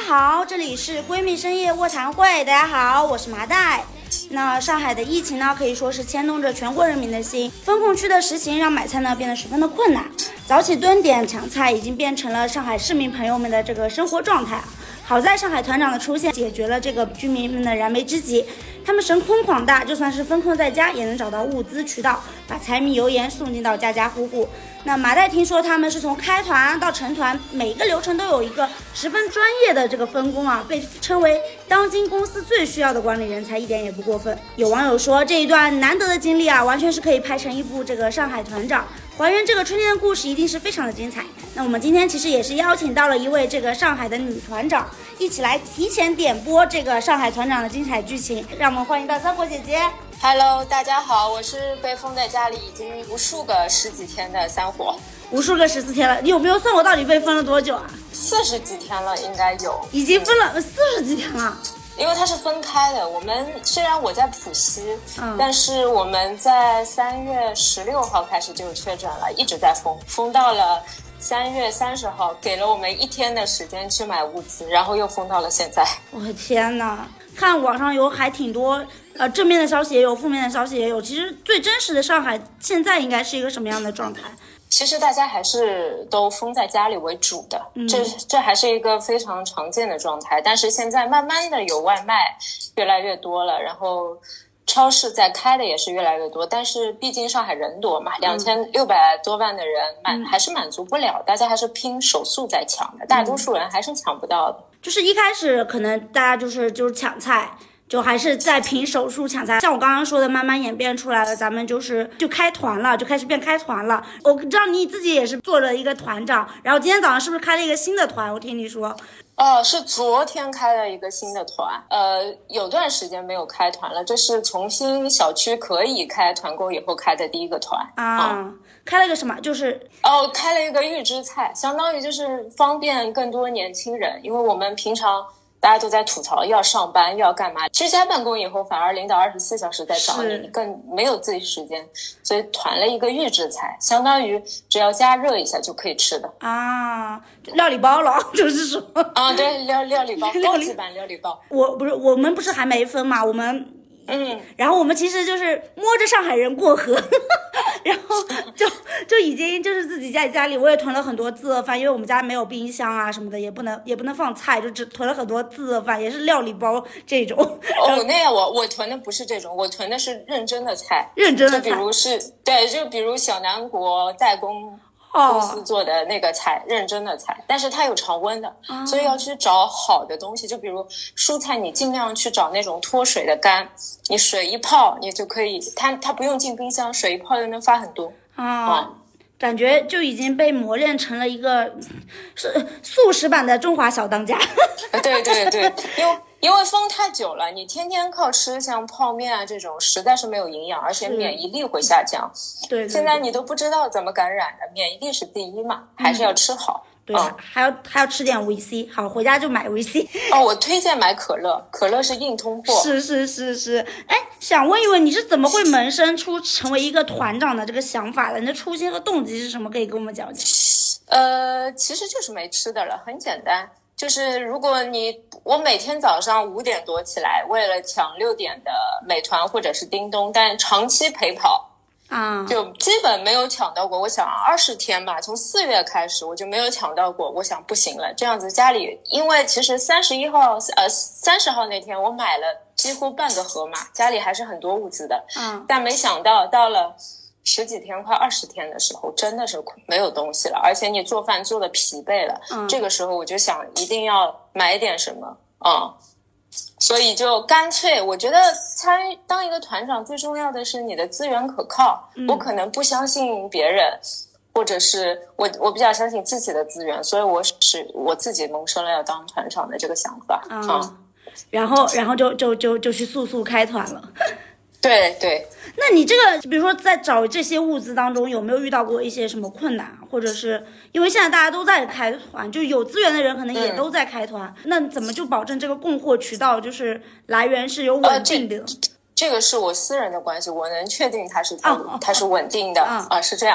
好，这里是闺蜜深夜卧谈会。大家好，我是麻袋。那上海的疫情呢，可以说是牵动着全国人民的心。封控区的实行让买菜呢变得十分的困难，早起蹲点抢菜已经变成了上海市民朋友们的这个生活状态。好在上海团长的出现解决了这个居民们的燃眉之急，他们神通广大，就算是封控在家也能找到物资渠道，把柴米油盐送进到家家户户。那麻袋听说他们是从开团到成团，每一个流程都有一个十分专业的这个分工啊，被称为当今公司最需要的管理人才，一点也不过分。有网友说这一段难得的经历啊，完全是可以拍成一部这个上海团长，还原这个春天的故事一定是非常的精彩。那我们今天其实也是邀请到了一位这个上海的女团长，一起来提前点播这个上海团长的精彩剧情，让我们欢迎到三火姐姐。 Hello， 大家好，我是被封在家里已经无数个十几天的三火， 无数个14天了，你有没有算我到底被封了多久啊 ？40几天了，应该有， 已经分了40几天了。 因为它是分开的，我们虽然我在浦西，但是我们在3月16号开始就确诊了，一直在封到了3月30号，给了我们1天的时间去买物资，然后又封到了现在。 我的天哪！看网上有还挺多正面的消息也有，负面的消息也有。其实最真实的上海现在应该是一个什么样的状态？ 其实大家还是都封在家里为主的，这还是一个非常常见的状态。但是现在慢慢的有外卖越来越多了，然后超市在开的也是越来越多，但是毕竟上海人多嘛，2600多万的人还是满足不了，大家还是拼手速在抢的，大多数人还是抢不到的。 就是一开始可能大家就是抢菜，就还是在凭手速抢菜，像我刚刚说的，慢慢演变出来了，咱们就开团了，就开始变开团了。我知道你自己也是做了一个团长，然后今天早上是不是开了一个新的团？我听你说。 是昨天开了一个新的团，有段时间没有开团了，这是重新小区可以开团购以后开的第一个团啊。 开了一个什么？就是开了一个预制菜，相当于就是方便更多年轻人，因为我们平常大家都在吐槽要上班要干嘛，居家办公以后反而领导24小时在找你，你更没有自己时间，所以团了一个预制菜，相当于只要加热一下就可以吃的啊，料理包了，就是说对，料理包，高级版料理包。 我们不是还没分嘛，我们然后我们其实就是摸着上海人过河然后就已经就是自己在家里，我也囤了很多自热饭，因为我们家没有冰箱啊什么的，也不能放菜，就只囤了很多自热饭，也是料理包这种。 那样我囤的不是这种，我囤的是认真的菜，就比如小南国代工公司做的那个菜，认真的菜，但是它有常温的，所以要去找好的东西，就比如蔬菜你尽量去找那种脱水的干，你水一泡你就可以，它不用进冰箱，水一泡就能发很多感觉就已经被磨练成了一个速食版的中华小当家对，因为封太久了，你天天靠吃像泡面啊这种实在是没有营养，而且免疫力会下降。 对， 现在你都不知道怎么感染的，免疫力是第一嘛，还是要吃好。 对，还要吃点维 C， 好，回家就买维 C。 我推荐买可乐，可乐是硬通货。 是。想问一问，你是怎么会萌生出成为一个团长的这个想法的？你的初心和动机是什么？可以跟我们讲讲。 其实就是没吃的了，很简单。就是如果我每天早上5点多起来，为了抢6点的美团或者是叮咚，但长期陪跑就基本没有抢到过。我想20天吧，从4月开始我就没有抢到过。我想不行了，这样子家里，因为其实30号那天我买了几乎半个盒马，家里还是很多物资的。但没想到到了10几天快20天的时候，真的是没有东西了，而且你做饭做的疲惫了。这个时候我就想一定要买点什么所以就干脆，我觉得当一个团长最重要的是你的资源可靠。我可能不相信别人，或者是我比较相信自己的资源，所以我自己萌生了要当团长的这个想法然后就去速开团了。 对， 那你这个比如说在找这些物资当中有没有遇到过一些什么困难，或者是因为现在大家都在开团，就有资源的人可能也都在开团，那怎么就保证这个供货渠道就是来源是有稳定的？ 这个是我私人的关系，我能确定它是稳定的是这样。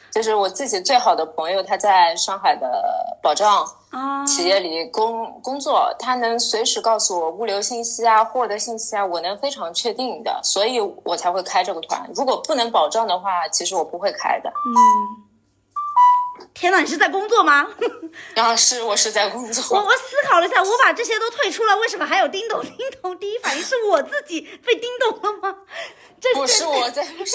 就是我自己最好的朋友，他在上海的保障企业里工作，他能随时告诉我物流信息啊、货的信息啊，我能非常确定的，所以我才会开这个团。如果不能保障的话，其实我不会开的。 天哪，你是在工作吗？ 我是在工作。 我思考了一下，我把这些都退出了，为什么还有叮咚叮咚？第一反应是我自己被叮咚了吗？ 不是我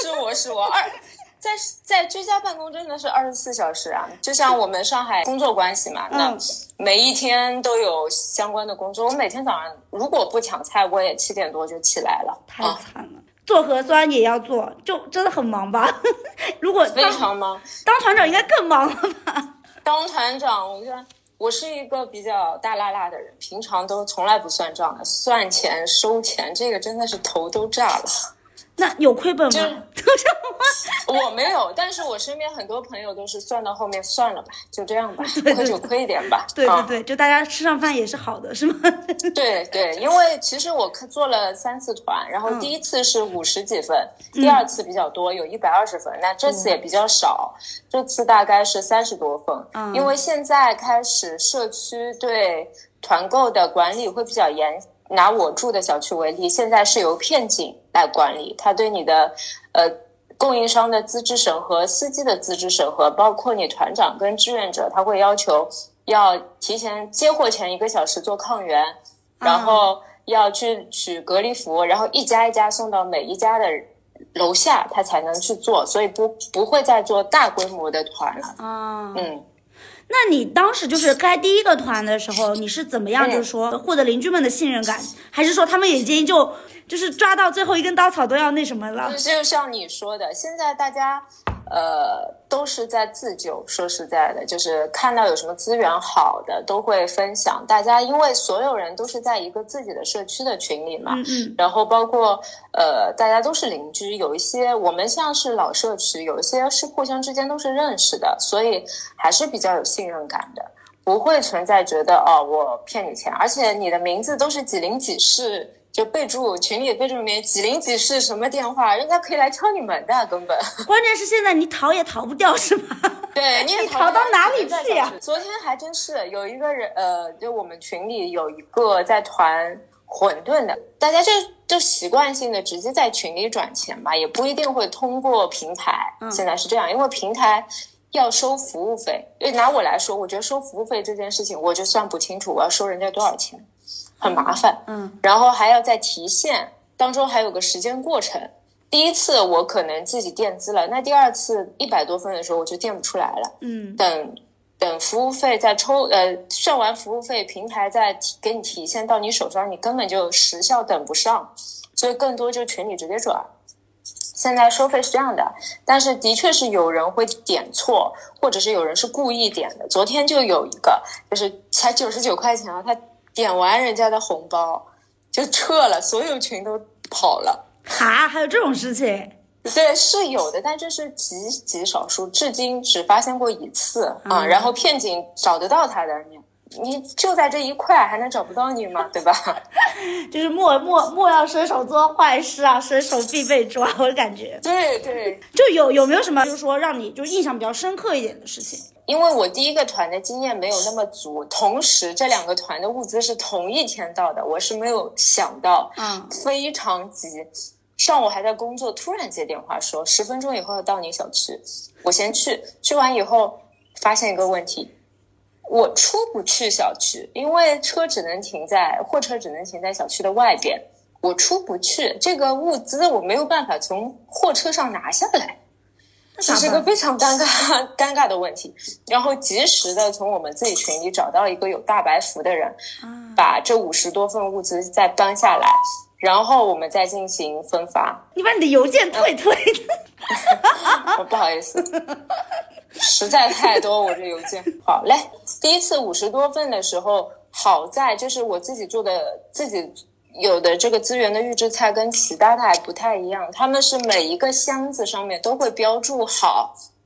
在居家办公真的是24小时啊，就像我们上海工作关系嘛，那每一天都有相关的工作。我每天早上如果不抢菜，我也7点多就起来了。 太惨了。做核酸也要做，就真的很忙吧？如果非常忙， 当团长应该更忙了吧？ 当团长，我是一个比较大辣辣的人，平常都从来不算账的，算钱收钱，这个真的是头都炸了。 那有亏本吗？ 我没有，但是我身边很多朋友都是算到后面算了吧，就这样吧，亏就亏一点吧。 对对对，就大家吃上饭也是好的，是吗？ 对对，因为其实我做了3次团，然后第一次是50几份，第二次比较多，有120份，那这次也比较少，这次大概是30多份。因为现在开始社区对团购的管理会比较严。拿我住的小区为例，现在是由片警来管理，他对你的供应商的资质审核、司机的资质审核，包括你团长跟志愿者，他会要求要提前接货前1个小时做抗原，然后要去取隔离服，然后一家一家送到每一家的楼下，他才能去做，所以不会再做大规模的团了。 那你当时就是开第一个团的时候，你是怎么样，就是说获得邻居们的信任感，还是说他们已经就是抓到最后一根稻草都要那什么了？ 就像你说的，现在大家都是在自救。说实在的，就是看到有什么资源好的都会分享。大家因为所有人都是在一个自己的社区的群里嘛，然后包括大家都是邻居，有一些我们像是老社区，有一些是互相之间都是认识的，所以还是比较有信任感的，不会存在觉得我骗你钱，而且你的名字都是几零几室。就备注群里备注里面几零几室什么电话，人家可以来敲你门的，根本。 关键是现在你逃也逃不掉，是吗？ 对，你也逃到哪里去呀？ 昨天还真是有一个人，就我们群里有一个在团馄饨的，大家就习惯性的直接在群里转钱嘛，也不一定会通过平台。现在是这样，因为平台要收服务费。拿我来说，我觉得收服务费这件事情，我就算不清楚我要收人家多少钱。很麻烦，然后还要再提现，当中还有个时间过程。第一次我可能自己垫资了，那第二次100多份的时候我就垫不出来了。等服务费再算完服务费，平台再给你提现到你手上，你根本就时效等不上，所以更多就群里直接转。现在收费是这样的，但是的确是有人会点错，或者是有人是故意点的。昨天就有一个，就是才99块钱啊，他点完人家的红包就撤了，所有群都跑了。 还有这种事情？ 对，是有的，但这是极少数，至今只发现过1次啊。然后骗警找得到他的，你就在这一块，还能找不到你吗？对吧？ 就是莫要伸手做坏事啊，伸手必被抓，我感觉。 对对， 就有没有什么就是说让你就印象比较深刻一点的事情？ 因为我第一个团的经验没有那么足，同时这2个团的物资是同一天到的，我是没有想到，非常急。上午还在工作，突然接电话说10分钟以后要到你小区，我先去完以后发现一个问题，我出不去小区，因为货车只能停在小区的外边，我出不去，这个物资我没有办法从货车上拿下来。这是个非常尴尬的问题，然后及时的从我们自己群里找到一个有大白符的人，把这50多份物资再搬下来，然后我们再进行分发。 你把你的邮件退不好意思，实在太多我这邮件。好嘞，第一次50多份的时候，好在就是我自己有的这个资源的预制菜跟其他的还不太一样，他们是每一个箱子上面都会标注好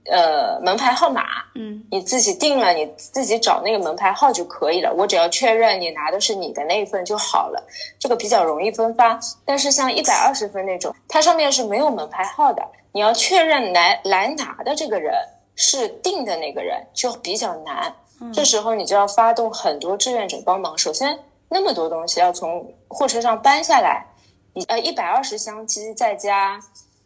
门牌号码，你自己定了，你自己找那个门牌号就可以了。我只要确认你拿的是你的那一份就好了，这个比较容易分发。但是像120分那种，它上面是没有门牌号的，你要确认来拿的这个人是定的那个人，就比较难。这时候你就要发动很多志愿者帮忙。首先，那么多东西要从货车上搬下来，120箱鸡再加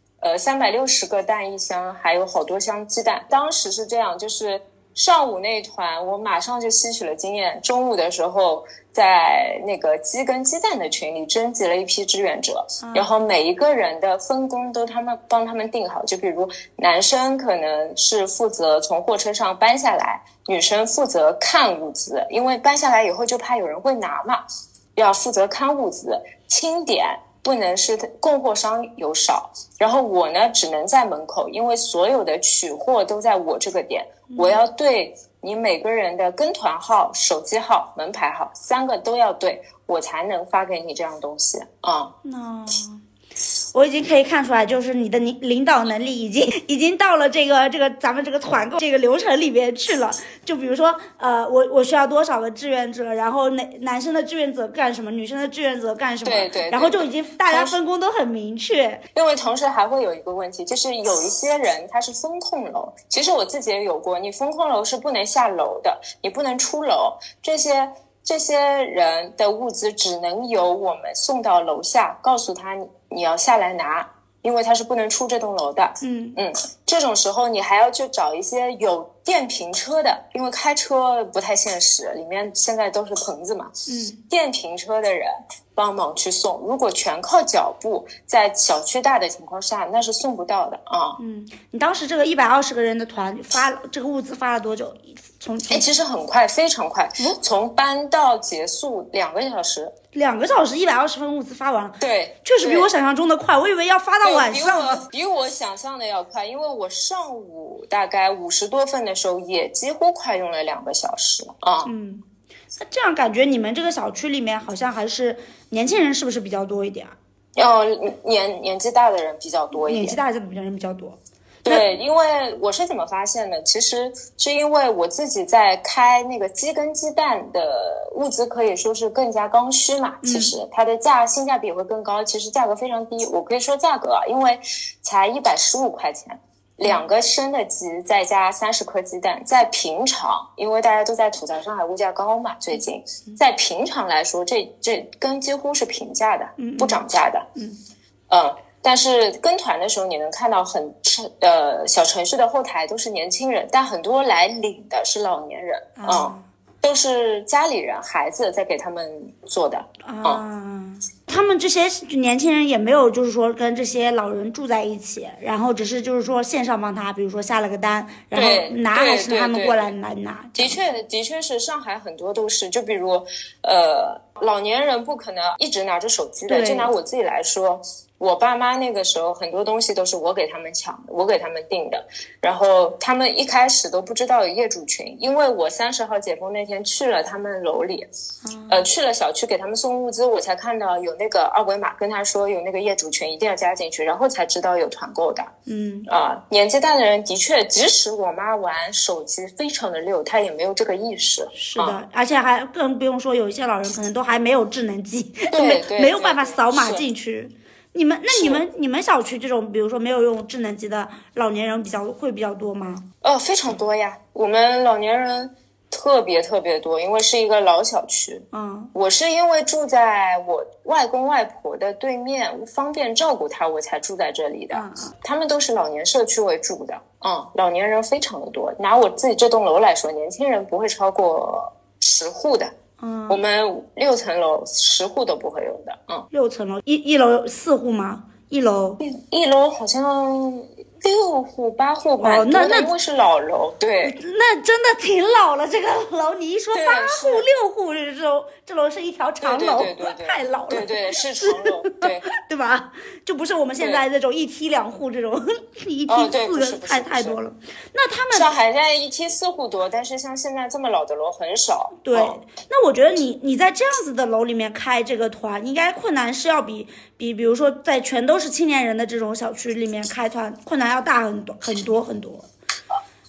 360个蛋一箱，还有好多箱鸡蛋。当时是这样，就是上午那一团我马上就吸取了经验，中午的时候在那个鸡跟鸡蛋的群里征集了一批志愿者，然后每一个人的分工都帮他们定好。就比如男生可能是负责从货车上搬下来，女生负责看物资，因为搬下来以后就怕有人会拿嘛，要负责看物资清点，不能是供货商有少。然后我呢只能在门口，因为所有的取货都在我这个点，我要对你每个人的跟团号、手机号、门牌号3个都要对，我才能发给你这样东西啊。 我已经可以看出来，就是你的领导能力已经到了这个咱们这个团购这个流程里面去了。就比如说我需要多少个志愿者，然后男生的志愿者干什么，女生的志愿者干什么，对，然后就已经大家分工都很明确。 因为同时还会有一个问题，就是有一些人他是风控楼，其实我自己也有过，你风控楼是不能下楼的，你不能出楼，这些人的物资只能由我们送到楼下，告诉他你要下来拿，因为他是不能出这栋楼的。这种时候你还要去找一些有电瓶车的，因为开车不太现实，里面现在都是棚子嘛。电瓶车的人帮忙去送，如果全靠脚步，在小区大的情况下，那是送不到的啊。 你当时这个120个人的团发这个物资发了多久？ 其实很快，非常快，从搬到结束2个小时。 2个小时120份物资发完了。 对， 确实比我想象中的快，我以为要发到晚上。 比我想象的要快，因为我上午大概50多份的时候，也几乎快用了2个小时啊。 那这样感觉你们这个小区里面好像还是年轻人是不是比较多一点？ 年纪大的人比较多一点。 年纪大的人比较多。 对，因为我是怎么发现的？其实是因为我自己在开那个鸡跟鸡蛋的物资，可以说是更加刚需嘛。其实它的性价比会更高，其实价格非常低。我可以说价格因为才115块钱，2个生的鸡再加30颗鸡蛋，在平常，因为大家都在吐槽上海物价高嘛，最近在平常来说，这跟几乎是平价的，不涨价的。但是跟团的时候，你能看到小程序的后台都是年轻人，但很多来领的是老年人，都是家里人孩子在给他们做的。 他们这些年轻人也没有就是说跟这些老人住在一起，然后只是就是说线上帮他，比如说下了个单，然后拿还是他们过来拿。 的确是上海很多都是，就比如老年人不可能一直拿着手机的，就拿我自己来说，我爸妈那个时候很多东西都是我给他们抢的，我给他们订的，然后他们一开始都不知道有业主群，因为我30号解封那天去了他们楼里，去了小区给他们送物资，我才看到有那个二维码，跟他说有那个业主群一定要加进去，然后才知道有团购的。年纪大的人的确，即使我妈玩手机非常的溜，她也没有这个意识。 是的，而且还更不用说有一些老人可能都还没有智能机， 对没有办法扫码进去。你们小区这种比如说没有用智能机的老年人会比较多吗？ 非常多呀，我们老年人特别多，因为是一个老小区。我是因为住在我外公外婆的对面，方便照顾他，我才住在这里的。他们都是老年社区为主的，老年人非常的多。拿我自己这栋楼来说，年轻人不会超过10户的。我们6层楼10户都不会有的。 6层楼，一楼4户吗？一楼好像6户8户吧。那因为是老楼，对， 那真的挺老了。这个楼你一说8户6户，这楼是一条长楼， 对， 太老了。 对，是长楼， 对吧？就不是我们现在这种1梯2户这种1梯4个，太多了。那他们上海在1梯4户多，但是像现在这么老的楼很少。 对，那我觉得你在这样子的楼里面开这个团，应该困难是要比如说在全都是青年人的这种小区里面开团困难要大很多。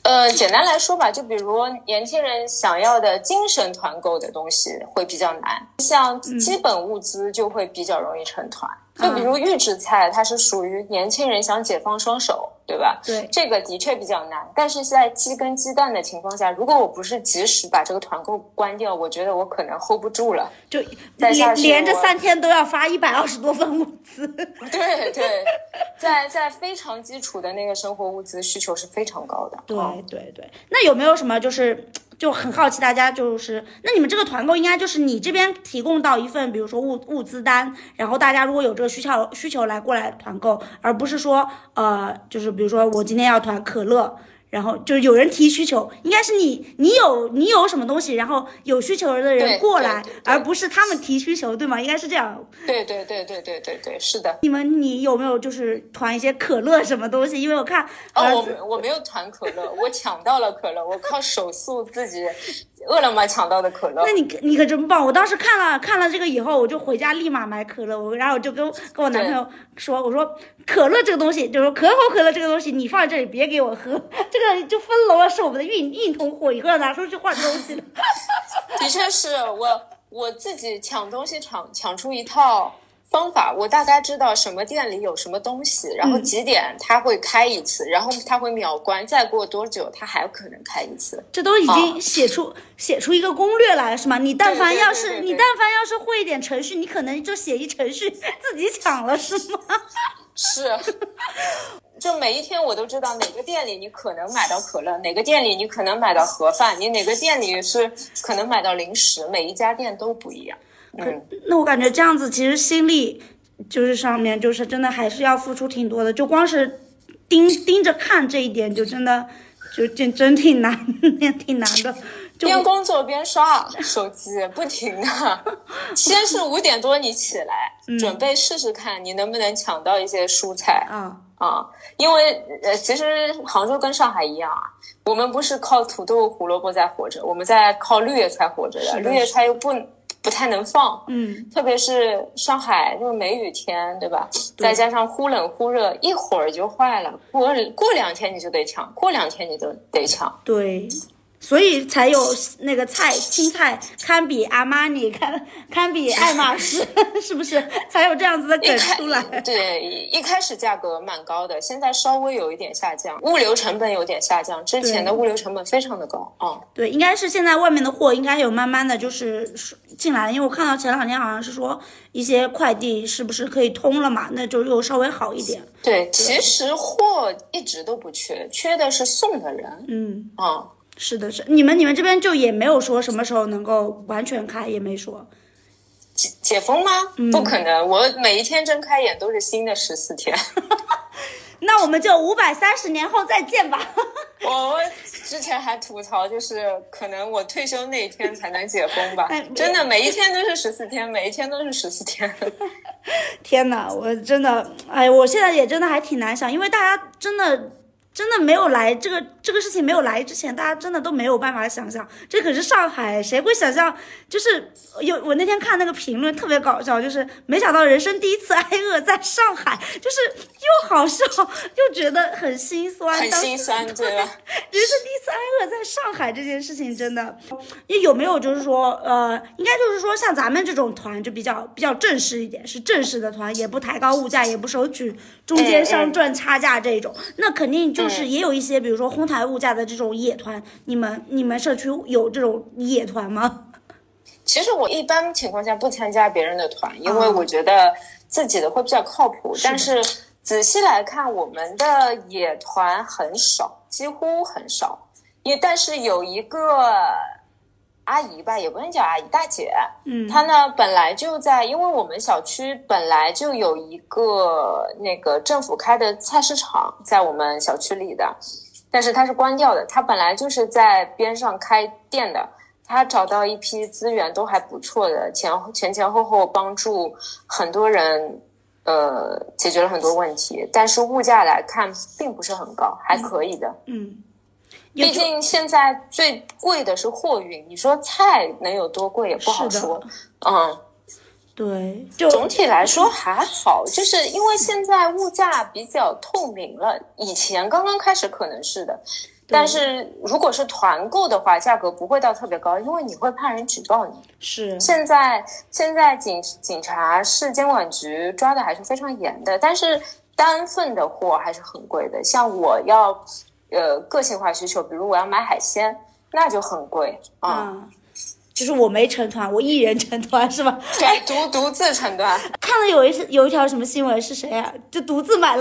简单来说吧，就比如年轻人想要的精神团购的东西会比较难，像基本物资就会比较容易成团。就比如预制菜，它是属于年轻人想解放双手，对吧？ 对， 这个的确比较难。但是在鸡跟鸡蛋的情况下，如果我不是及时把这个团购关掉，我觉得我可能 hold 不住了， 就连着3天都要发120多份物资。 对对，在非常基础的那个生活物资需求是非常高的。 对对对，那有没有什么就很好奇，大家那你们这个团购应该就是你这边提供到一份，比如说物资单，然后大家如果有这个需求过来团购，而不是说就是比如说我今天要团可乐，然后就是有人提需求，应该是你有什么东西，然后有需求的人过来，而不是他们提需求，对吗？应该是这样。 对，是的。 你有没有就是团一些可乐什么东西？因为我看我没有团可乐，我抢到了可乐，我靠手速自己饿了么抢到的可乐。 那你可真棒！我当时看了这个以后，我就回家立马买可乐，然后我就跟我男朋友说，我说可乐这个东西，就是可口可乐这个东西，你放在这里别给我喝，这个就分楼了，是我们的运通货，以后要拿出去换东西的。 的确是我自己抢东西抢出一套方法，我大概知道什么店里有什么东西，然后几点它会开一次，然后它会秒关，再过多久它还有可能开一次。 这都已经写出一个攻略来了，是吗？你但凡要是会一点程序，你可能就写一程序自己抢了，是吗？ 是。就每一天我都知道哪个店里你可能买到可乐，哪个店里你可能买到盒饭，你哪个店里是可能买到零食，每一家店都不一样。 那我感觉这样子其实心力就是上面就是真的还是要付出挺多的，就光是盯着看这一点就真的真挺难的。 边工作边刷手机不停的，先是5点多你起来，准备试试看你能不能抢到一些蔬菜因为其实杭州跟上海一样啊，我们不是靠土豆胡萝卜在活着，我们在靠绿叶菜活着的，绿叶菜又不太能放，特别是上海就是梅雨天，对吧？再加上忽冷忽热，一会儿就坏了，过2天你就得抢，过2天你都得抢， 对。所以才有那个青菜堪比阿玛尼，堪比爱马仕，是不是？才有这样子的梗出来。 对，一开始价格蛮高的，现在稍微有一点下降，物流成本有点下降，之前的物流成本非常的高对，应该是现在外面的货应该有慢慢的就是进来，因为我看到前2天好像是说一些快递是不是可以通了嘛，那就又稍微好一点。 对，其实货一直都不缺，缺的是送的人。 是的，你们这边就也没有说什么时候能够完全开，也没说解封吗？不可能，我每一天睁开眼都是新的14天。 那我们就530年后再见吧。 我之前还吐槽，就是可能我退休那一天才能解封吧。真的，每一天都是14天，每一天都是14天。 天哪，我真的，我现在也真的还挺难想，因为大家真的没有来这个事情没有来之前，大家真的都没有办法想象，这可是上海，谁会想象？就是我那天看那个评论特别搞笑，就是没想到人生第一次挨饿在上海，就是又好笑又觉得很心酸， 很心酸，对吧？ 人生第一次挨饿在上海这件事情真的，有没有就是说应该就是说像咱们这种团就比较正式一点，是正式的团，也不抬高物价，也不收取中间商赚差价这种，那肯定就是也有一些比如说哄抬物价的这种野团，你们社区有这种野团吗？ 其实我一般情况下不参加别人的团，因为我觉得自己的会比较靠谱，但是仔细来看我们的野团很少，几乎很少，但是有一个阿姨吧，也不能叫阿姨，大姐，她呢本来就因为我们小区本来就有一个那个政府开的菜市场在我们小区里的，但是它是关掉的，她本来就是在边上开店的，她找到一批资源都还不错的，前后帮助很多人解决了很多问题，但是物价来看并不是很高，还可以的。毕竟现在最贵的是货运，你说菜能有多贵也不好说。 对， 总体来说还好，就是因为现在物价比较透明了，以前刚刚开始可能是的， 但是如果是团购的话，价格不会到特别高，因为你会怕人举报你。 是， 现在警察市监管局抓的还是非常严的，但是单份的货还是很贵的。像我要个性化需求，比如我要买海鲜，那就很贵啊。 就是我没成团，我一人成团是吧？ 对，独自成团。 看了有一条什么新闻是谁啊？就独自买了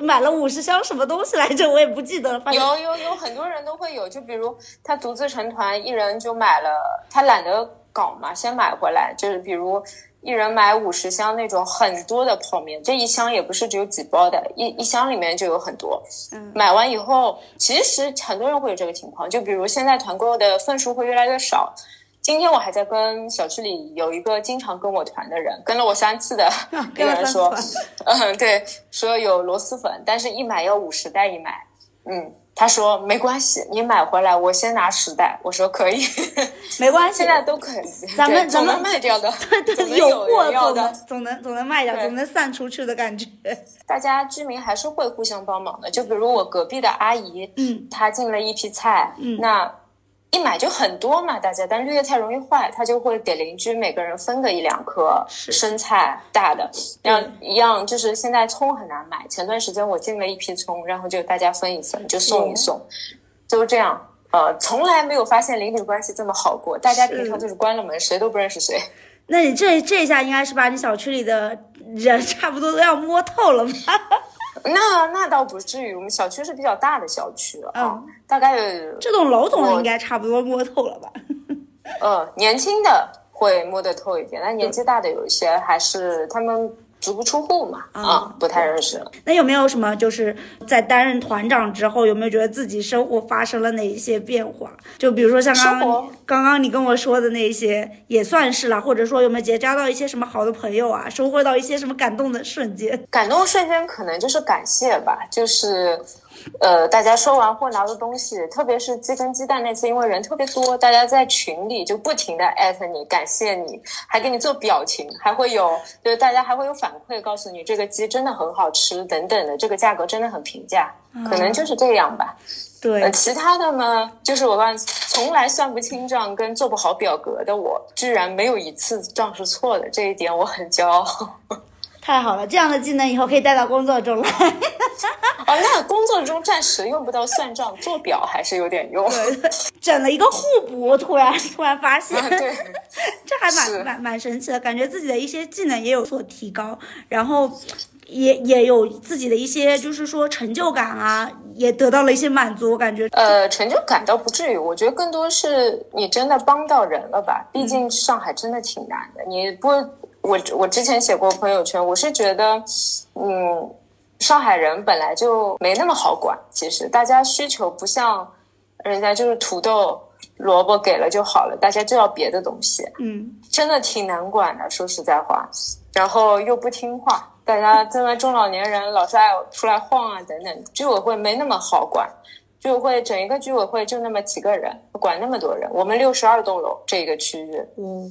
50箱什么东西来着，我也不记得了。 有很多人都会有，就比如他独自成团，一人就买了，他懒得搞嘛，先买回来，就是比如一人买50箱那种很多的泡面，这一箱也不是只有几包的，一箱里面就有很多。买完以后，其实很多人会有这个情况，就比如现在团购的份数会越来越少。今天我还在跟小区里有一个经常跟我团的人，跟了我3次的那个人说，对，说有螺蛳粉，但是一买要50袋一买，他说没关系，你买回来我先拿10袋，我说可以， 没关系， 现在都可以， 咱们总能卖掉的， 对，有货总能卖掉，总能散出去的感觉。 大家居民还是会互相帮忙的，就比如我隔壁的阿姨，她进了一批菜，那一买就很多嘛，大家，但绿叶菜容易坏，他就会给邻居每个人分个1-2颗生菜大的，一样就是现在葱很难买，前段时间我进了一批葱，然后就大家分一分，就送一送，就这样，从来没有发现邻里关系这么好过，大家平常就是关了门，谁都不认识谁。 那你这一下应该是把你小区里的人差不多都要摸透了吧？ 那倒不至于，我们小区是比较大的小区大概这栋楼总应该差不多摸透了吧？ 年轻的会摸得透一点，但年纪大的有一些还是他们足不出户嘛，不太认识。 那有没有什么就是在担任团长之后，有没有觉得自己生活发生了哪一些变化？就比如说像刚刚你跟我说的那些也算是啦，或者说有没有结交到一些什么好的朋友啊，收获到一些什么感动的瞬间？ 感动瞬间可能就是感谢吧，就是大家收完货拿的东西，特别是鸡跟鸡蛋那次，因为人特别多，大家在群里就不停的艾特你，感谢你，还给你做表情，还会有就是大家还会有反馈，告诉你这个鸡真的很好吃等等的，这个价格真的很平价，可能就是这样吧。 对， 其他的呢，就是我告诉你，从来算不清账跟做不好表格的我，居然没有一次账是错的，这一点我很骄傲。 太好了，这样的技能以后可以带到工作中来。 那工作中暂时用不到算账，做表还是有点用。 对，整了一个互补，我突然发现， 对， 这还蛮神奇的，感觉自己的一些技能也有所提高，然后也有自己的一些就是说成就感啊，也得到了一些满足，我感觉。 成就感倒不至于，我觉得更多是你真的帮到人了吧，毕竟上海真的挺难的，你不。我之前写过朋友圈，我是觉得，上海人本来就没那么好管。其实大家需求不像人家就是土豆、萝卜给了就好了，大家就要别的东西。真的挺难管的，说实在话。然后又不听话，大家这么中老年人老是爱出来晃啊等等，居委会没那么好管。居委会整一个居委会就那么几个人，管那么多人。我们62栋楼这个区域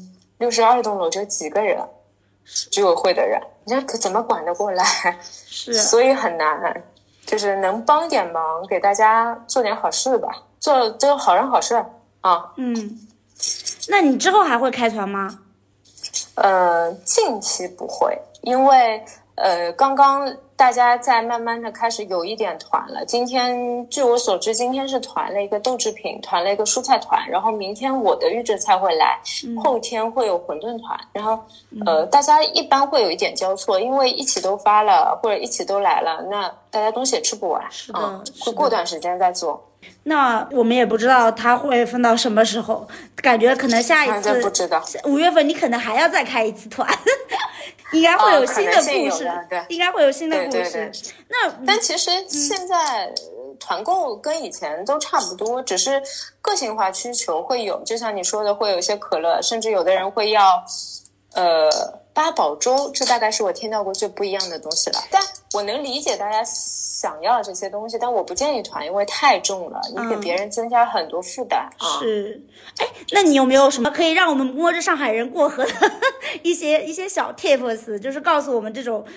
，62栋楼就几个人。居委会的人，你可怎么管得过来？ 是， 所以很难，就是能帮点忙，给大家做点好事吧，做好人好事啊。 那你之后还会开团吗？ 近期不会，因为刚刚大家在慢慢的开始有一点团了。今天据我所知，今天是团了一个豆制品，团了一个蔬菜团，然后明天我的预制菜会来，后天会有馄饨团，然后大家一般会有一点交错，因为一起都发了或者一起都来了，那大家东西也吃不完， 是的， 会过段时间再做。 那我们也不知道他会分到什么时候，感觉可能下一次不知道 5月份你可能还要再开一次团。应该会有新的故事，应该会有新的故事。 对。但其实现在团购跟以前都差不多，只是个性化需求会有，就像你说的，会有一些可乐，甚至有的人会要八宝粥，这大概是我听到过最不一样的东西了。但我能理解大家想要这些东西，但我不建议团，因为太重了，你给别人增加很多负担是，那你有没有什么可以让我们摸着上海人过河的一些小 tips，就是告诉我们这种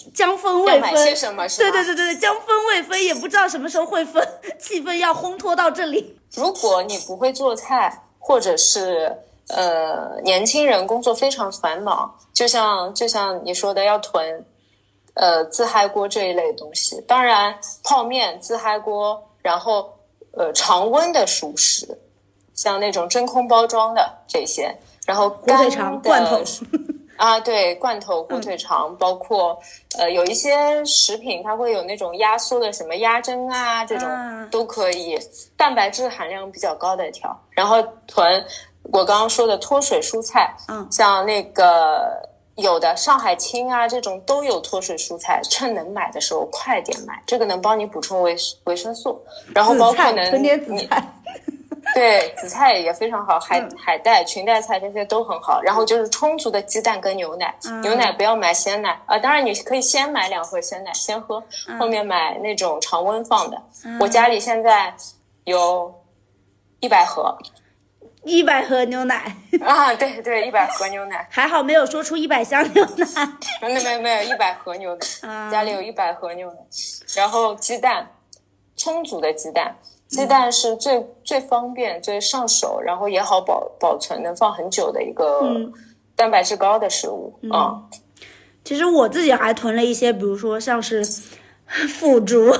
将分未要买些分， 什么是吧？ 对，将分未分，也不知道什么时候会分，气氛要烘托到这里。 如果你不会做菜，或者是年轻人工作非常繁忙，就像你说的要囤自嗨锅这一类东西，当然泡面、自嗨锅，然后常温的熟食，像那种真空包装的这些，然后火腿肠、罐头啊，对，罐头、火腿肠，包括有一些食品它会有那种压缩的什么鸭胗啊，这种都可以，蛋白质含量比较高的调，然后囤我刚刚说的脱水蔬菜，像那个有的上海青啊这种都有脱水蔬菜，趁能买的时候快点买，这个能帮你补充维生素，然后包括囤点紫菜。 对，紫菜也非常好，海带、裙带菜这些都很好。然后就是充足的鸡蛋跟牛奶，牛奶不要买鲜奶啊，当然你可以先买2盒鲜奶先喝，后面买那种常温放的。我家里现在有100盒 ，100盒牛奶啊，对，100盒牛奶， 还好没有说出100箱牛奶。 没有100盒牛奶，家里有100盒牛奶，然后鸡蛋，充足的鸡蛋。鸡蛋是最方便、最上手，然后也好保存，能放很久的一个蛋白质高的食物。 其实我自己还囤了一些，比如说像是腐竹、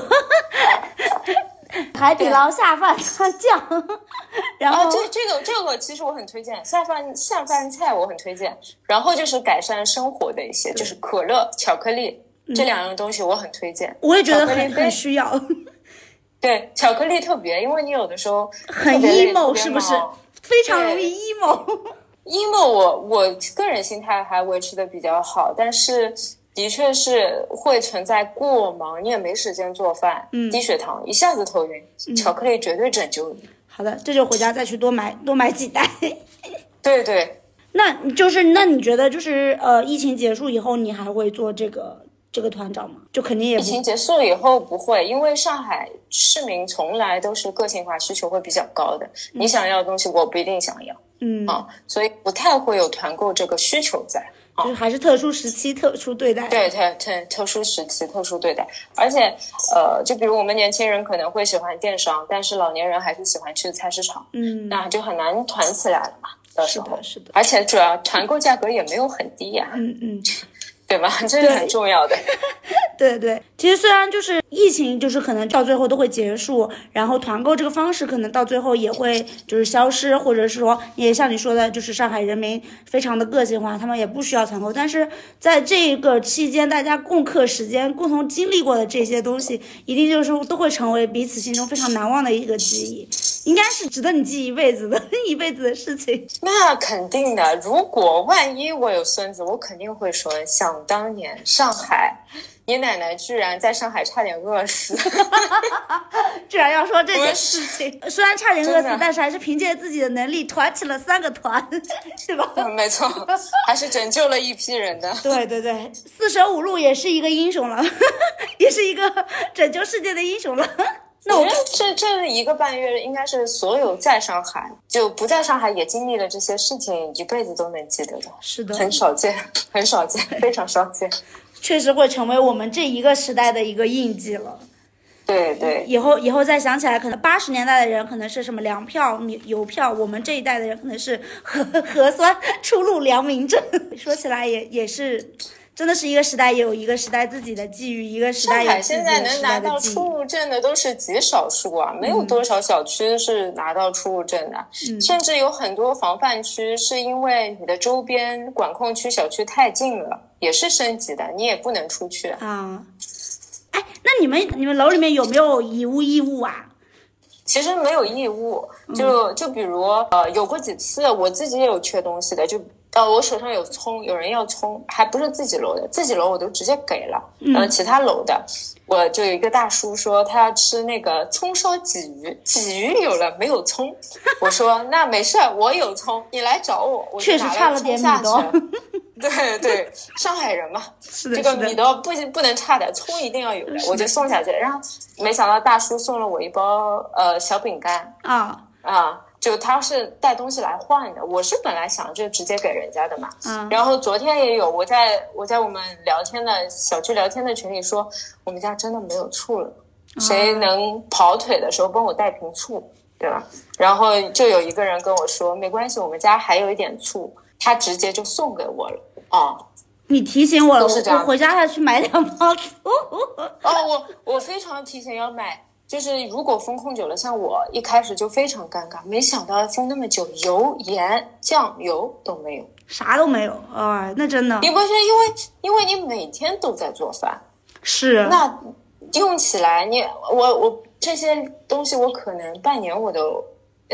海底捞下饭酱，然后这个其实我很推荐，下饭菜我很推荐。然后就是改善生活的一些，就是可乐、巧克力这2样东西我很推荐。 我也觉得很需要。 对，巧克力特别，因为你有的时候很 emo， 是不是？非常容易 emo。emo 我个人心态还维持的比较好，但是的确是会存在过忙，你也没时间做饭，低血糖一下子头晕，巧克力绝对拯救你。 好的，这就回家再去多买几袋。 对。 那你觉得就是疫情结束以后，你还会做这个团长吗？就肯定也不。 疫情结束以后不会，因为上海市民从来都是个性化需求会比较高的，你想要的东西我不一定想要，所以不太会有团购这个需求在。 就是还是特殊时期特殊对待。 对，特殊时期特殊对待。而且就比如我们年轻人可能会喜欢电商，但是老年人还是喜欢去菜市场，那就很难团起来了嘛，到时候。 是的。 而且主要团购价格也没有很低呀。对吧？这是很重要的。 对，其实虽然就是疫情，就是可能到最后都会结束，然后团购这个方式可能到最后也会就是消失，或者是说也像你说的，就是上海人民非常的个性化，他们也不需要团购。但是在这个期间，大家共克时艰，共同经历过的这些东西，一定就是都会成为彼此心中非常难忘的一个记忆，应该是值得你记一辈子的事情。 那肯定的，如果万一我有孙子，我肯定会说，想当年上海，你奶奶居然在上海差点饿死。 居然要说这件事情，虽然差点饿死，但是还是凭借自己的能力团起了3个团，对吧？ 没错，还是拯救了一批人的。 对，四舍五入也是一个英雄了，也是一个拯救世界的英雄了。 那我觉得这1个半月应该是所有在上海就不在上海也经历了这些事情一辈子都能记得的。 是的， 很少见，非常少见。 确实会成为我们这一个时代的一个印记了。 对， 以后再想起来，可能80年代的人可能是什么粮票、邮票，我们这一代的人可能是核酸出入良民证。说起来也是。真的是一个时代也有一个时代自己的际遇，一个时代有自己的时代的际遇。 上海现在能拿到出入证的都是极少数啊，没有多少小区是拿到出入证的，甚至有很多防范区是因为你的周边管控区小区太近了，也是升级的，你也不能出去啊。哎，那你们楼里面有没有以物易物啊？ 其实没有义务，就比如有过几次我自己也有缺东西的，就我手上有葱，有人要葱，还不是自己楼的，自己楼我都直接给了。其他楼的，我就有一个大叔说他要吃那个葱烧鲫鱼，鲫鱼有了没有葱？我说那没事，我有葱，你来找我。我确实差了点米多。 对，上海人嘛，这个米都不能差的，葱一定要有的，我就送下去。然后没想到大叔送了我一包小饼干就他是带东西来换的，我是本来想着直接给人家的嘛。然后昨天也有我在我们聊天的小区聊天的群里说，我们家真的没有醋了，谁能跑腿的时候帮我带瓶醋，对吧？然后就有一个人跟我说，没关系，我们家还有一点醋，他直接就送给我了啊。 你提醒我了，我回家要去买2包醋。 我非常提前要买，就是如果封控久了，像我一开始就非常尴尬，没想到封那么久，油、盐、酱油都没有， 啥都没有那真的。 你不是因为你每天都在做饭， 是那用起来我这些东西我可能半年我都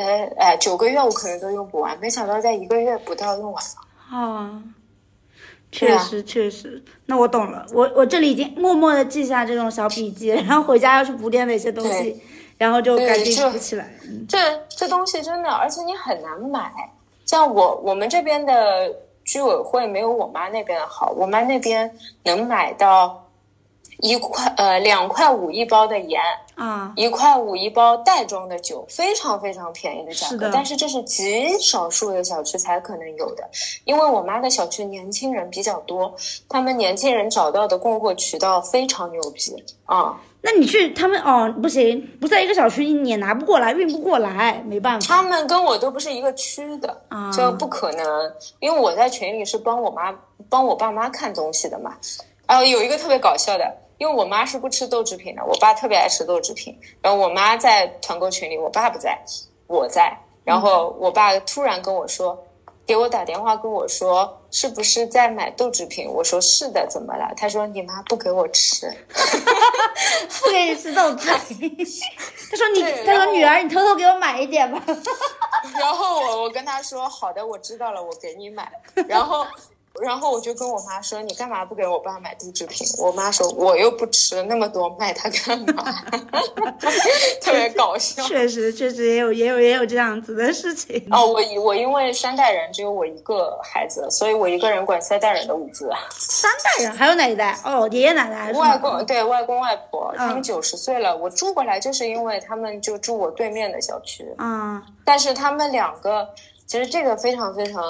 9个月我可能都用不完，没想到在1个月不到用完了。 确实，那我懂了。我这里已经默默的记下这种小笔记，然后回家要去补点哪些东西，然后就赶紧补起来。 这东西真的，而且你很难买。像我们这边的居委会没有我妈那边好，我妈那边能买到2块5一包的盐1块5一包袋装的酒，非常非常便宜的价格。但是这是极少数的小区才可能有的，因为我妈的小区年轻人比较多，他们年轻人找到的供货渠道非常牛逼那你去他们不行，不在一个小区你也拿不过来，运不过来，没办法。 他们跟我都不是一个区的就不可能。因为我在群里是帮我爸妈看东西的嘛。有一个特别搞笑的，因为我妈是不吃豆制品的，我爸特别爱吃豆制品，然后我妈在团购群里，我爸不在，我在，然后我爸突然跟我说，给我打电话跟我说是不是在买豆制品，我说是的，怎么了？他说你妈不给我吃不给你吃豆制品他说女儿你偷偷给我买一点吧然后我跟他说好的，我知道了，我给你买。然后我就跟我妈说，你干嘛不给我爸买豆制品？我妈说我又不吃那么多，卖他干嘛特别搞笑。 确实也有这样子的事情我因为3代人只有我一个孩子，所以我一个人管3代人的物资。 3代人还有哪一代？爷爷奶奶外公外婆他们90岁了，我住过来就是因为他们就住我对面的小区但是他们2个其实这个非常非常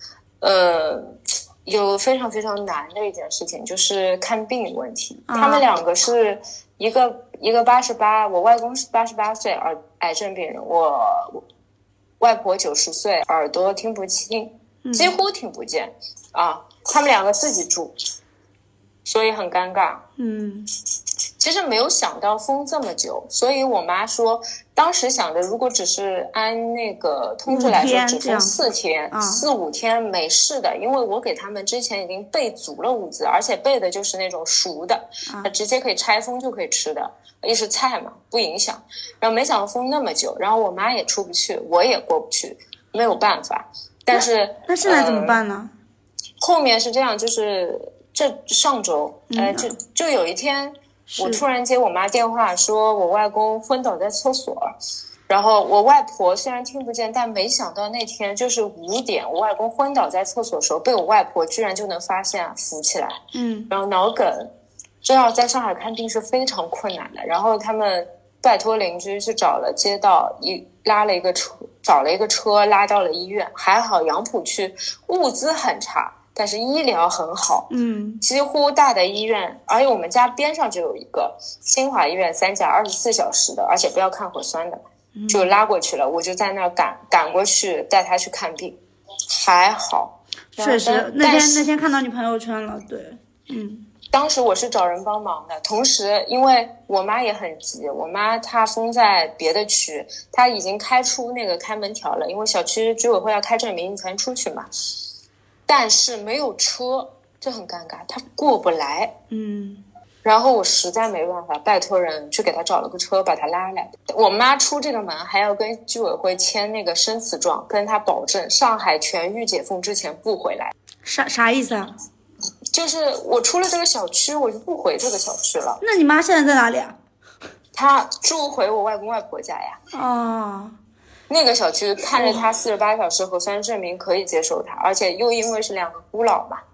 有非常非常难的一件事情，就是看病问题。他们2个是一个88，我外公是88岁癌症病人，我外婆90岁，耳朵听不清，几乎听不见他们2个自己住，所以很尴尬。其实没有想到封这么久，所以我妈说当时想着如果只是按那个通知来说只封4天4、5天没事的，因为我给他们之前已经备足了物资，而且备的就是那种熟的直接可以拆封就可以吃的，也是菜嘛，不影响。然后没想到封那么久，然后我妈也出不去，我也过不去，没有办法。但是那现在怎么办呢？ 后面是这样，就是这上周就有一天我突然接我妈电话，说我外公昏倒在厕所，然后我外婆虽然听不见，但没想到那天就是5点，我外公昏倒在厕所的时候，被我外婆居然就能发现扶起来。然后脑梗，这样在上海看病是非常困难的。然后他们拜托邻居去找了街道，找了一个车拉到了医院，还好杨浦区物资很差，但是医疗很好，几乎大的医院，而且我们家边上就有一个新华医院3甲24小时的，而且不要看核酸的，就拉过去了。我就在那儿赶过去带他去看病，还好。 确实，那天看到你朋友圈了，对， 当时我是找人帮忙的，同时因为我妈也很急，我妈她封在别的区，她已经开出那个开门条了，因为小区居委会要开证明你才能出去嘛。但是没有车，这很尴尬，他过不来。然后我实在没办法，拜托人去给他找了个车把他拉来。我妈出这个门还要跟居委会签那个生死状，跟他保证上海全域解封之前不回来。 啥意思啊？ 就是我出了这个小区，我就不回这个小区了。 那你妈现在在哪里啊？ 她住回我外公外婆家呀。那个小区看着他48小时核酸证明可以接受他，而且又因为是2个孤老嘛，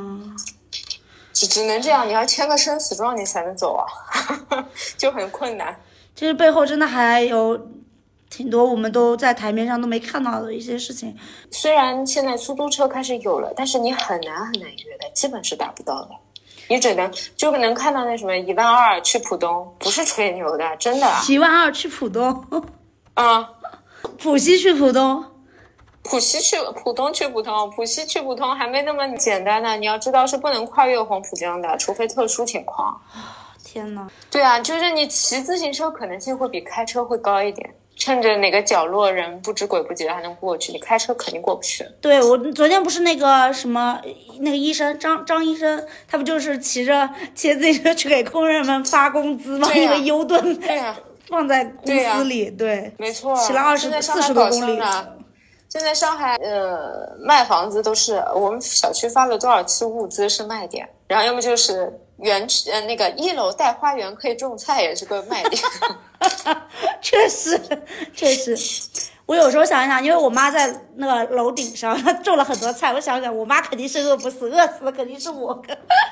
只能这样，你要签个生死状你才能走就很困难。 其实背后真的还有挺多我们都在台面上都没看到的一些事情。 虽然现在出租车开始有了，但是你很难约的，基本是达不到的。你只能就能看到那什么12000去浦东，不是吹牛的，真的。 12000去浦东， 浦西去浦东， 浦西去浦东去浦东，浦西去浦东还没那么简单呢。你要知道是不能跨越黄浦江的，除非特殊情况。 天哪！ 对啊，就是你骑自行车可能性会比开车会高一点。趁着哪个角落人不知鬼不觉还能过去，你开车肯定过不去。 对，我昨天不是那个什么那个医生张医生，他不就是骑着自行车去给工人们发工资吗？一个 U 盾，放在公司里，对， 没错， 骑了40多公里。 现在上海卖房子都是我们小区发了多少次物资是卖点，然后要么就是那个1楼带花园可以种菜也是个卖点。 确实，我有时候想一想，因为我妈在那个楼顶上，她种了很多菜，我想想，我妈肯定是饿不死，饿死了肯定是我。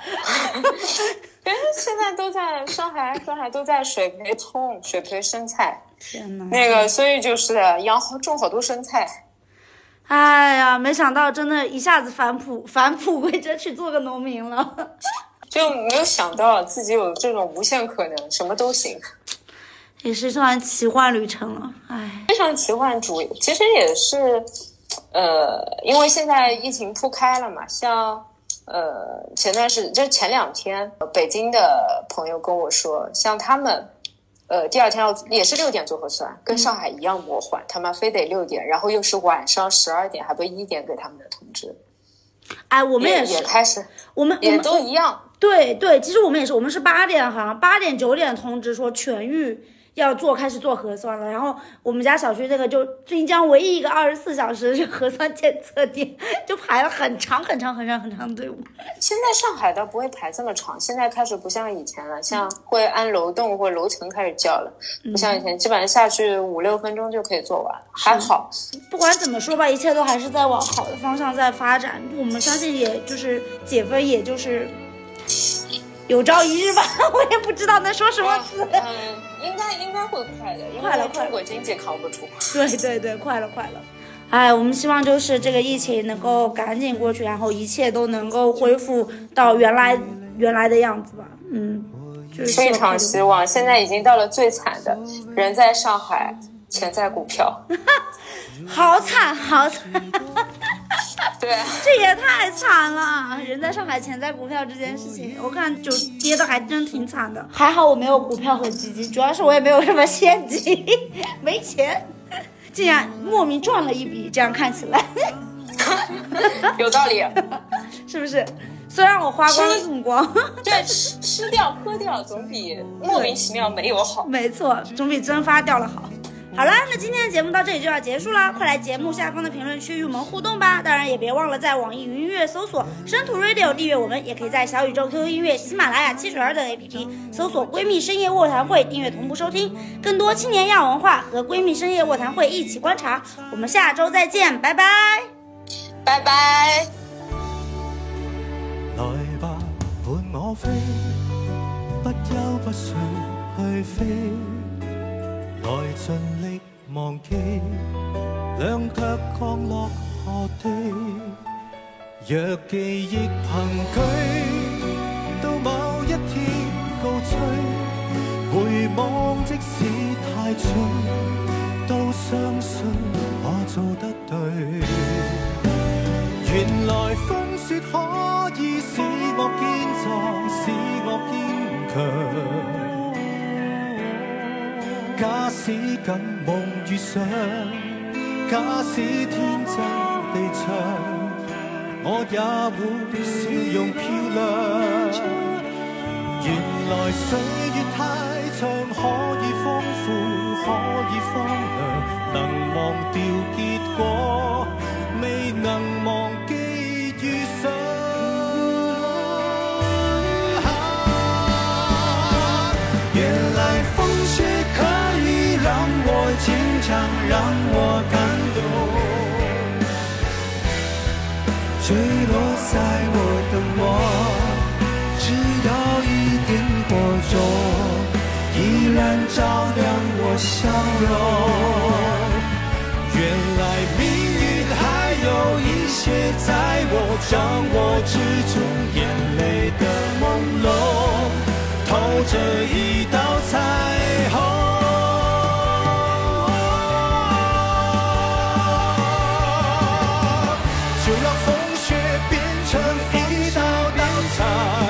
现在都在上海都在水培生菜。 天哪！ 那个，所以就是种好多生菜。 哎呀，没想到真的一下子返璞归真，去做个农民了。 就没有想到自己有这种无限可能，什么都行。 也是一段奇幻旅程了， 非常奇幻主义。其实也是，因为现在疫情铺开了嘛，像前2天，北京的朋友跟我说，像他们，第二天也是6点做核酸，跟上海一样魔幻，他们非得6点，然后又是晚上12点，还不1点给他们的通知。 哎，我们也开始，我们也都一样。 对，其实我们也是，我们是8点，好像8点9点通知说全域要开始做核酸了，然后我们家小区这个就滨江唯一一个24小时核酸检测点，就排了很长的队伍。 现在上海倒不会排这么长，现在开始不像以前了，像会按楼栋或楼层开始叫了，不像以前基本上下去5-6分钟就可以做完，还好。 不管怎么说吧，一切都还是在往好的方向在发展，我们相信也就是解封，也就是有朝一日吧，我也不知道能说什么词。 应该会快的，因为中国经济扛不住。 对，快了。哎，我们希望就是这个疫情能够赶紧过去，然后一切都能够恢复到原来的样子吧。就是非常希望。现在已经到了最惨的，人在上海，钱在股票。 好惨。 对， 这也太惨了！人在上海，钱在股票这件事情，我看就跌的还真挺惨的。还好我没有股票和基金，主要是我也没有什么现金，没钱，竟然莫名赚了一笔。这样看起来， 有道理， 是不是？虽然我花光了这么光， 对，吃掉喝掉总比莫名其妙没有好。 没错，总比蒸发掉了好。好了，那今天的节目到这里就要结束了，快来节目下方的评论区与我们互动吧！当然也别忘了在网易云音乐搜索深土 Radio 订阅我们，也可以在小宇宙、QQ 音乐、喜马拉雅、汽水儿等 APP 搜索闺蜜深夜卧谈会订阅同步收听，更多青年亚文化和闺蜜深夜卧谈会一起观察。我们下周再见，拜拜， 拜拜。 來吧，伴我飛，不憂不想去飛。來盡力忘記，兩腳降落何地？若記憶憑據，到某一天告吹，回望即使太早，都相信我做得對。原來風雪可以使我堅壯，使我堅強。假使敢夢遇上，假使天真地唱，我也會笑容漂亮。原來歲月太長，可以豐富，可以荒涼，能忘掉結果，未能忘記遇上。原來風雪可以讓我堅強，讓我感動，墜落在我的夢，只要一點火種，依然照亮我笑容。 掌握之中眼泪的朦胧，透着一道彩虹。就让风雪变成一道道彩